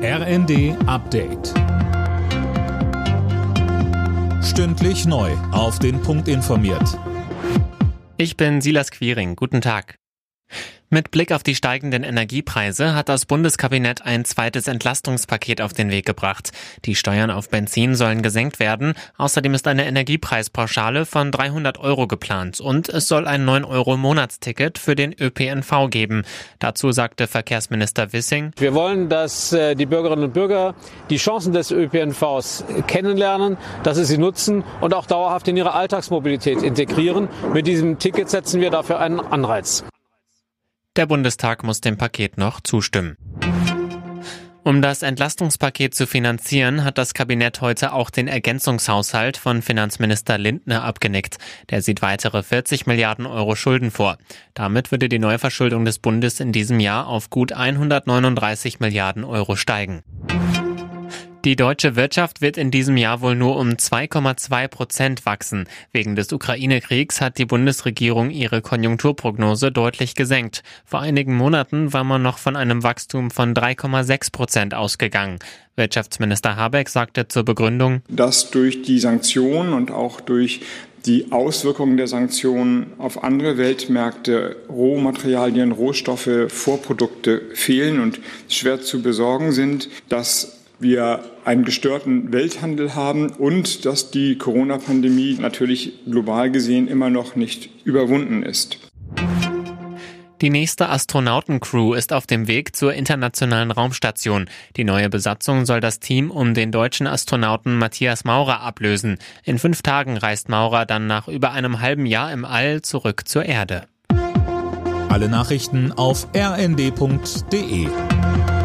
RND Update. Stündlich neu auf den Punkt informiert. Ich bin Silas Quiring. Guten Tag. Mit Blick auf die steigenden Energiepreise hat das Bundeskabinett ein zweites Entlastungspaket auf den Weg gebracht. Die Steuern auf Benzin sollen gesenkt werden. Außerdem ist eine Energiepreispauschale von 300 € geplant und es soll ein 9-€-Monatsticket für den ÖPNV geben. Dazu sagte Verkehrsminister Wissing: Wir wollen, dass die Bürgerinnen und Bürger die Chancen des ÖPNVs kennenlernen, dass sie nutzen und auch dauerhaft in ihre Alltagsmobilität integrieren. Mit diesem Ticket setzen wir dafür einen Anreiz. Der Bundestag muss dem Paket noch zustimmen. Um das Entlastungspaket zu finanzieren, hat das Kabinett heute auch den Ergänzungshaushalt von Finanzminister Lindner abgenickt. Der sieht weitere 40 Milliarden € Schulden vor. Damit würde die Neuverschuldung des Bundes in diesem Jahr auf gut 139 Milliarden € steigen. Die deutsche Wirtschaft wird in diesem Jahr wohl nur um 2,2% wachsen. Wegen des Ukraine-Kriegs hat die Bundesregierung ihre Konjunkturprognose deutlich gesenkt. Vor einigen Monaten war man noch von einem Wachstum von 3,6% ausgegangen. Wirtschaftsminister Habeck sagte zur Begründung, dass durch die Sanktionen und auch durch die Auswirkungen der Sanktionen auf andere Weltmärkte Rohmaterialien, Rohstoffe, Vorprodukte fehlen und schwer zu besorgen sind, dass wir einen gestörten Welthandel haben und dass die Corona-Pandemie natürlich global gesehen immer noch nicht überwunden ist. Die nächste Astronautencrew ist auf dem Weg zur internationalen Raumstation. Die neue Besatzung soll das Team um den deutschen Astronauten Matthias Maurer ablösen. In 5 Tagen reist Maurer dann nach über einem halben Jahr im All zurück zur Erde. Alle Nachrichten auf rnd.de.